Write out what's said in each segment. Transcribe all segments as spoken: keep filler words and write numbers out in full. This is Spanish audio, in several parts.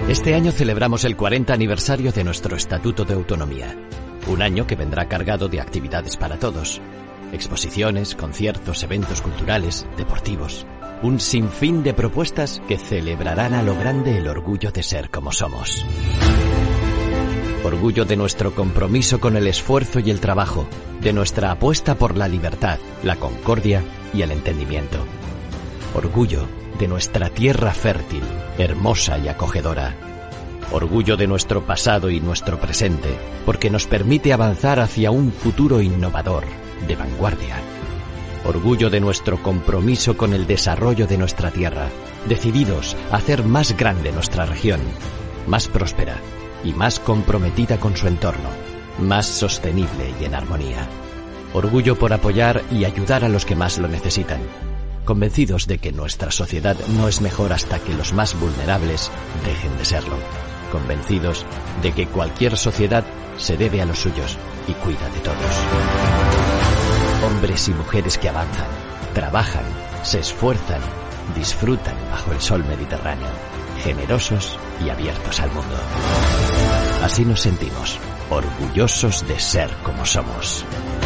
Este año celebramos el cuarenta aniversario de nuestro Estatuto de Autonomía. Un año que vendrá cargado de actividades para todos. Exposiciones, conciertos, eventos culturales, deportivos. Un sinfín de propuestas que celebrarán a lo grande el orgullo de ser como somos. Orgullo de nuestro compromiso con el esfuerzo y el trabajo, de nuestra apuesta por la libertad, la concordia y el entendimiento. Orgullo de nuestra tierra fértil, hermosa y acogedora. Orgullo de nuestro pasado y nuestro presente, porque nos permite avanzar hacia un futuro innovador, de vanguardia. Orgullo de nuestro compromiso con el desarrollo de nuestra tierra, decididos a hacer más grande nuestra región, más próspera y más comprometida con su entorno, más sostenible y en armonía. Orgullo por apoyar y ayudar a los que más lo necesitan, convencidos de que nuestra sociedad no es mejor hasta que los más vulnerables dejen de serlo, convencidos de que cualquier sociedad se debe a los suyos y cuida de todos. Hombres y mujeres que avanzan, trabajan, se esfuerzan, disfrutan bajo el sol mediterráneo, generosos y abiertos al mundo. Así nos sentimos, orgullosos de ser como somos.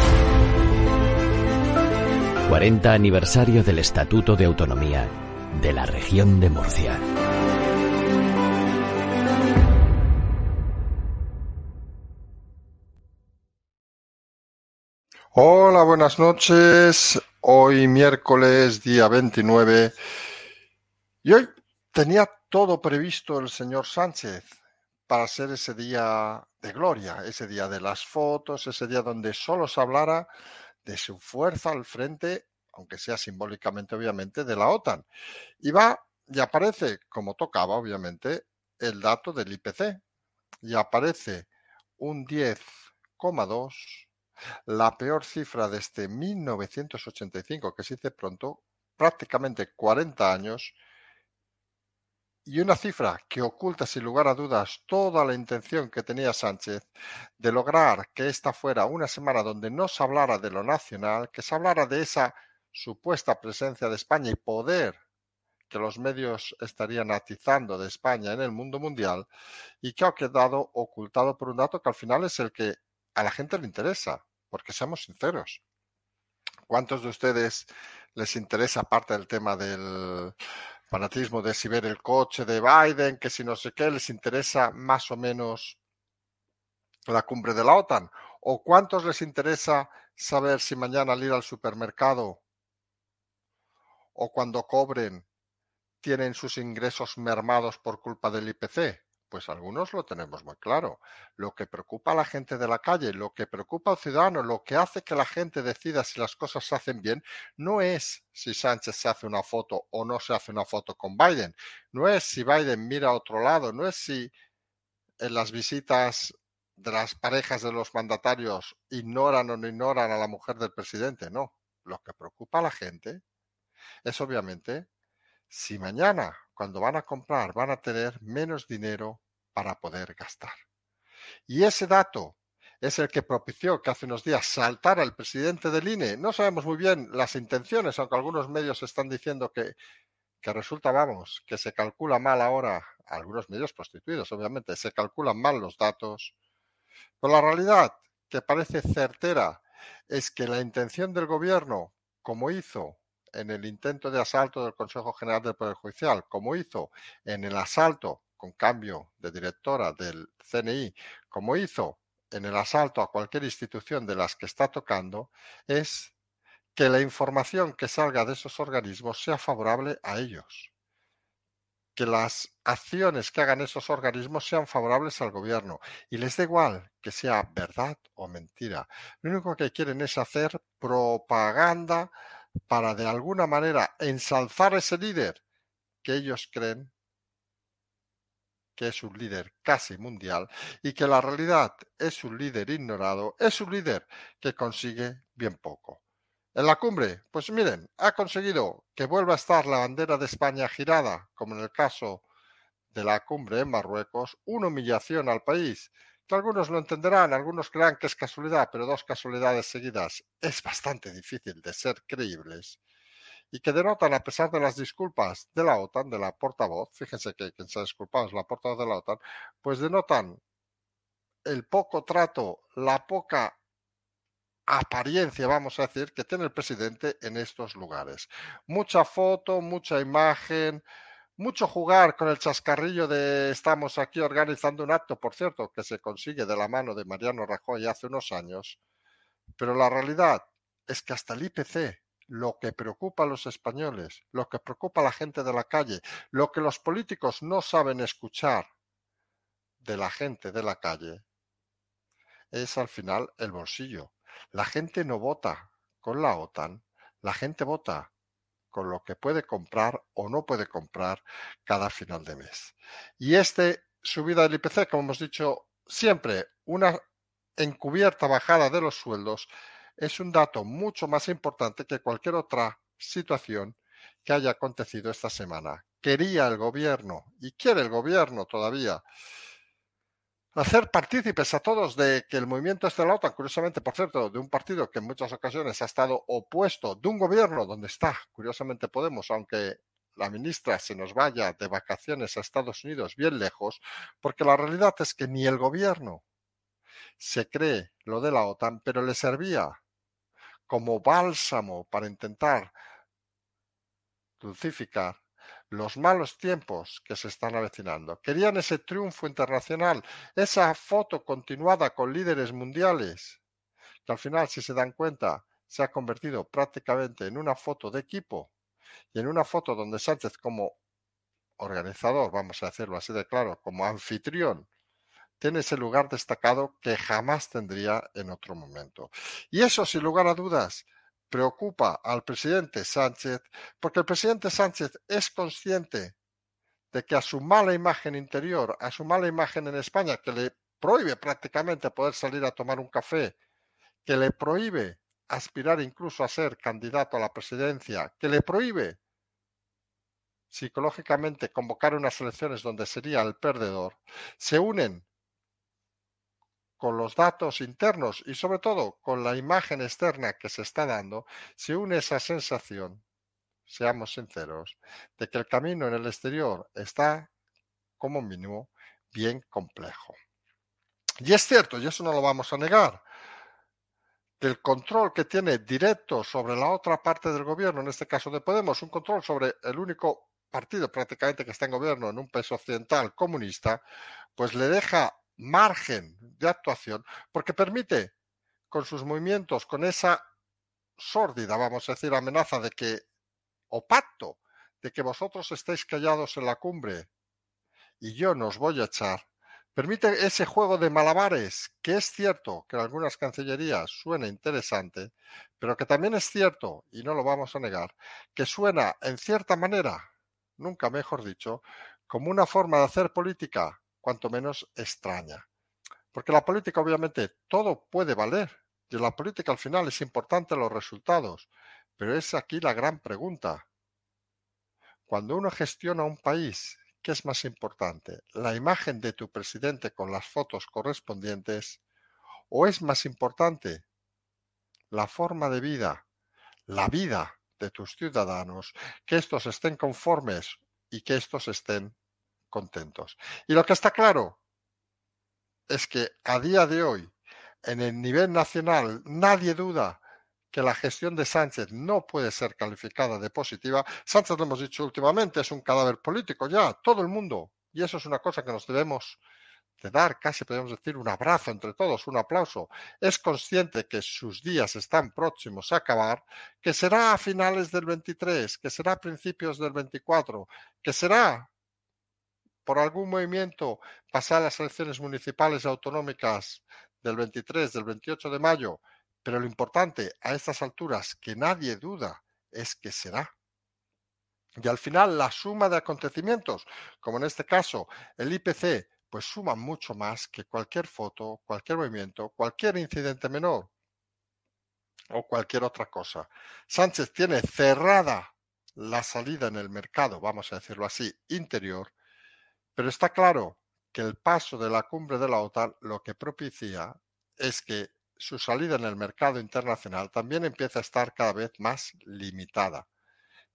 cuarenta aniversario del Estatuto de Autonomía de la Región de Murcia. Hola, buenas noches. Hoy miércoles, día veintinueve. Y hoy tenía todo previsto el señor Sánchez para ser ese día de gloria, ese día de las fotos, ese día donde solo se hablara de su fuerza al frente, aunque sea simbólicamente, obviamente, de la OTAN. Y va y aparece, como tocaba, obviamente, el dato del I P C. Y aparece un diez coma dos, la peor cifra desde mil novecientos ochenta y cinco, que se dice pronto, prácticamente cuarenta años, y una cifra que oculta sin lugar a dudas toda la intención que tenía Sánchez de lograr que esta fuera una semana donde no se hablara de lo nacional, que se hablara de esa supuesta presencia de España y poder que los medios estarían atizando de España en el mundo mundial, y que ha quedado ocultado por un dato que al final es el que a la gente le interesa, porque seamos sinceros. ¿Cuántos de ustedes les interesa, aparte del tema del fanatismo de si ver el coche de Biden, que si no sé qué, les interesa más o menos la cumbre de la OTAN? ¿O cuántos les interesa saber si mañana al ir al supermercado o cuando cobren tienen sus ingresos mermados por culpa del I P C? Pues algunos lo tenemos muy claro. Lo que preocupa a la gente de la calle, lo que preocupa al ciudadano, lo que hace que la gente decida si las cosas se hacen bien, no es si Sánchez se hace una foto o no se hace una foto con Biden, no es si Biden mira a otro lado, no es si en las visitas de las parejas de los mandatarios ignoran o no ignoran a la mujer del presidente, no. Lo que preocupa a la gente es obviamente si mañana, cuando van a comprar, van a tener menos dinero para poder gastar. Y ese dato es el que propició que hace unos días saltara el presidente del I N E. No sabemos muy bien las intenciones, aunque algunos medios están diciendo que, que resulta, vamos, que se calcula mal ahora, algunos medios prostituidos, obviamente, se calculan mal los datos. Pero la realidad, que parece certera, es que la intención del gobierno, como hizo en el intento de asalto del Consejo General del Poder Judicial, como hizo en el asalto con cambio de directora del C N I, como hizo en el asalto a cualquier institución de las que está tocando, es que la información que salga de esos organismos sea favorable a ellos, que las acciones que hagan esos organismos sean favorables al gobierno, y les da igual que sea verdad o mentira. Lo único que quieren es hacer propaganda para de alguna manera ensalzar a ese líder que ellos creen que es un líder casi mundial y que la realidad es un líder ignorado, es un líder que consigue bien poco. En la cumbre, pues miren, ha conseguido que vuelva a estar la bandera de España girada, como en el caso de la cumbre en Marruecos, una humillación al país, que algunos lo entenderán, algunos crean que es casualidad, pero dos casualidades seguidas es bastante difícil de ser creíbles. y que denotan, a pesar de las disculpas de la OTAN, de la portavoz, fíjense que quien se ha disculpado es la portavoz de la OTAN, pues denotan el poco trato, la poca apariencia, vamos a decir, que tiene el presidente en estos lugares. Mucha foto, mucha imagen, mucho jugar con el chascarrillo de estamos aquí organizando un acto, por cierto, que se consigue de la mano de Mariano Rajoy hace unos años, pero la realidad es que hasta el I P C, lo que preocupa a los españoles, lo que preocupa a la gente de la calle, lo que los políticos no saben escuchar de la gente de la calle, es al final el bolsillo. La gente no vota con la OTAN, la gente vota con lo que puede comprar o no puede comprar cada final de mes. Y este subida del I P C, como hemos dicho siempre, una encubierta bajada de los sueldos, es un dato mucho más importante que cualquier otra situación que haya acontecido esta semana. Quería el gobierno, y quiere el gobierno todavía, hacer partícipes a todos de que el movimiento este de la OTAN, curiosamente, por cierto, de un partido que en muchas ocasiones ha estado opuesto, de un gobierno donde está, curiosamente, Podemos, aunque la ministra se nos vaya de vacaciones a Estados Unidos bien lejos, porque la realidad es que ni el gobierno se cree lo de la OTAN, pero le servía como bálsamo para intentar dulcificar los malos tiempos que se están avecinando. Querían ese triunfo internacional, esa foto continuada con líderes mundiales, que al final, si se dan cuenta, se ha convertido prácticamente en una foto de equipo y en una foto donde Sánchez, como organizador, vamos a decirlo así de claro, como anfitrión, tiene ese lugar destacado que jamás tendría en otro momento. Y eso, sin lugar a dudas, preocupa al presidente Sánchez, porque el presidente Sánchez es consciente de que a su mala imagen interior, a su mala imagen en España, que le prohíbe prácticamente poder salir a tomar un café, que le prohíbe aspirar incluso a ser candidato a la presidencia, que le prohíbe psicológicamente convocar unas elecciones donde sería el perdedor, se unen con los datos internos y sobre todo con la imagen externa que se está dando, se une esa sensación, seamos sinceros, de que el camino en el exterior está, como mínimo, bien complejo. Y es cierto, y eso no lo vamos a negar, que el control que tiene directo sobre la otra parte del gobierno, en este caso de Podemos, un control sobre el único partido prácticamente que está en gobierno en un país occidental comunista, pues le deja margen de actuación porque permite con sus movimientos, con esa sórdida, vamos a decir, amenaza de que, o pacto, de que vosotros estéis callados en la cumbre y yo no os voy a echar, permite ese juego de malabares, que es cierto que en algunas cancillerías suena interesante, pero que también es cierto, y no lo vamos a negar, que suena en cierta manera, nunca mejor dicho, como una forma de hacer política, cuanto menos extraña. Porque la política, obviamente, todo puede valer, y en la política al final es importante los resultados, pero es aquí la gran pregunta. Cuando uno gestiona un país, ¿qué es más importante? ¿La imagen de tu presidente con las fotos correspondientes? ¿O es más importante la forma de vida, la vida de tus ciudadanos, que estos estén conformes y que estos estén contentos? Y lo que está claro es que a día de hoy, en el nivel nacional, nadie duda que la gestión de Sánchez no puede ser calificada de positiva. Sánchez, lo hemos dicho últimamente, es un cadáver político ya, todo el mundo. Y eso es una cosa que nos debemos de dar, casi podemos decir, un abrazo entre todos, un aplauso. Es consciente que sus días están próximos a acabar, que será a finales del veintitrés, que será a principios del veinticuatro, que será por algún movimiento pasar las elecciones municipales y autonómicas del veintitrés, del veintiocho de mayo, pero lo importante a estas alturas, que nadie duda, es que será. Y al final la suma de acontecimientos, como en este caso el I P C, pues suma mucho más que cualquier foto, cualquier movimiento, cualquier incidente menor o cualquier otra cosa. Sánchez tiene cerrada la salida en el mercado, vamos a decirlo así, interior, pero está claro que el paso de la cumbre de la OTAN lo que propicia es que su salida en el mercado internacional también empieza a estar cada vez más limitada.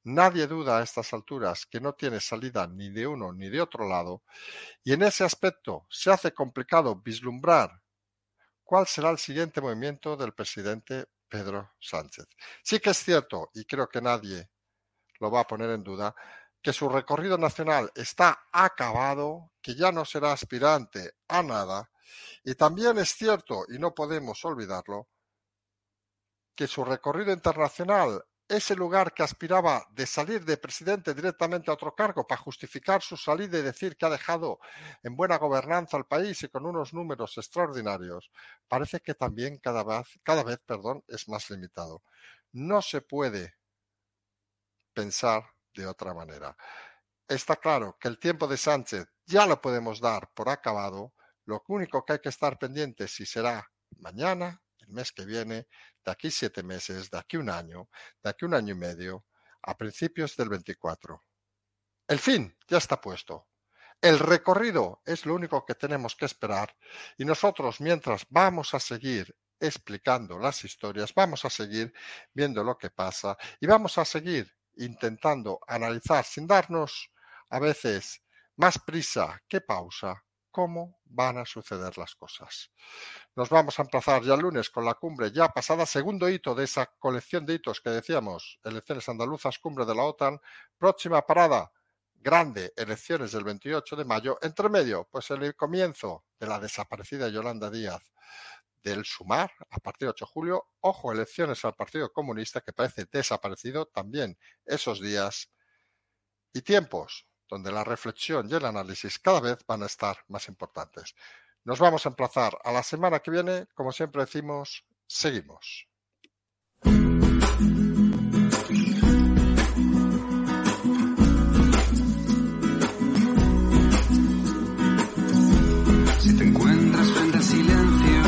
Nadie duda a estas alturas que no tiene salida ni de uno ni de otro lado, y en ese aspecto se hace complicado vislumbrar cuál será el siguiente movimiento del presidente Pedro Sánchez. Sí que es cierto, y creo que nadie lo va a poner en duda, que su recorrido nacional está acabado, que ya no será aspirante a nada, y también es cierto, y no podemos olvidarlo, que su recorrido internacional, ese lugar que aspiraba de salir de presidente directamente a otro cargo para justificar su salida y decir que ha dejado en buena gobernanza al país y con unos números extraordinarios, parece que también cada vez, cada vez, perdón, es más limitado. No se puede pensar de otra manera. Está claro que el tiempo de Sánchez ya lo podemos dar por acabado. Lo único que hay que estar pendiente si será mañana, el mes que viene, de aquí siete meses, de aquí un año, de aquí un año y medio, a principios del veinticuatro. El fin ya está puesto. El recorrido es lo único que tenemos que esperar y nosotros, mientras, vamos a seguir explicando las historias, vamos a seguir viendo lo que pasa y vamos a seguir intentando analizar, sin darnos a veces más prisa que pausa, cómo van a suceder las cosas. Nos vamos a emplazar ya el lunes con la cumbre ya pasada, segundo hito de esa colección de hitos que decíamos, elecciones andaluzas, cumbre de la OTAN, próxima parada, grande, elecciones del veintiocho de mayo, entre medio, pues el comienzo de la desaparecida Yolanda Díaz del Sumar a partir del ocho de julio, ojo, elecciones al Partido Comunista que parece desaparecido también esos días y tiempos donde la reflexión y el análisis cada vez van a estar más importantes. Nos vamos a emplazar a la semana que viene, como siempre decimos, seguimos. Si te encuentras frente al silencio,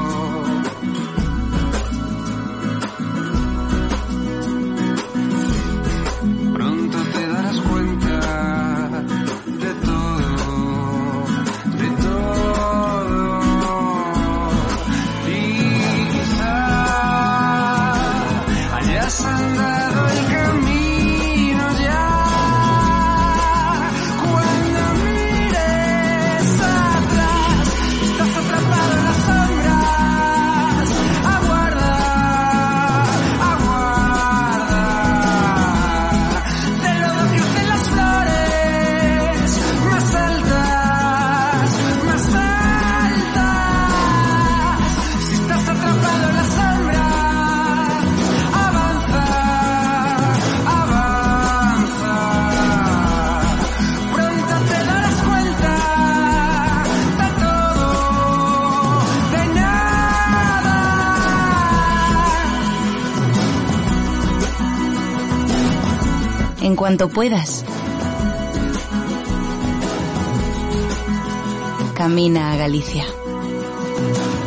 pronto te darás cuenta de todo, de todo. Y quizá hayas andado el camino ya. Cuando mires atrás, estás atrapado en las sombras. Aguarda, aguarda. De lodo crucen las flores más altas, más altas. Si estás atrapado en las sombras, avanza, avanza. Pronto te darás cuenta de todo, de nada. En cuanto puedas. Camina a Galicia.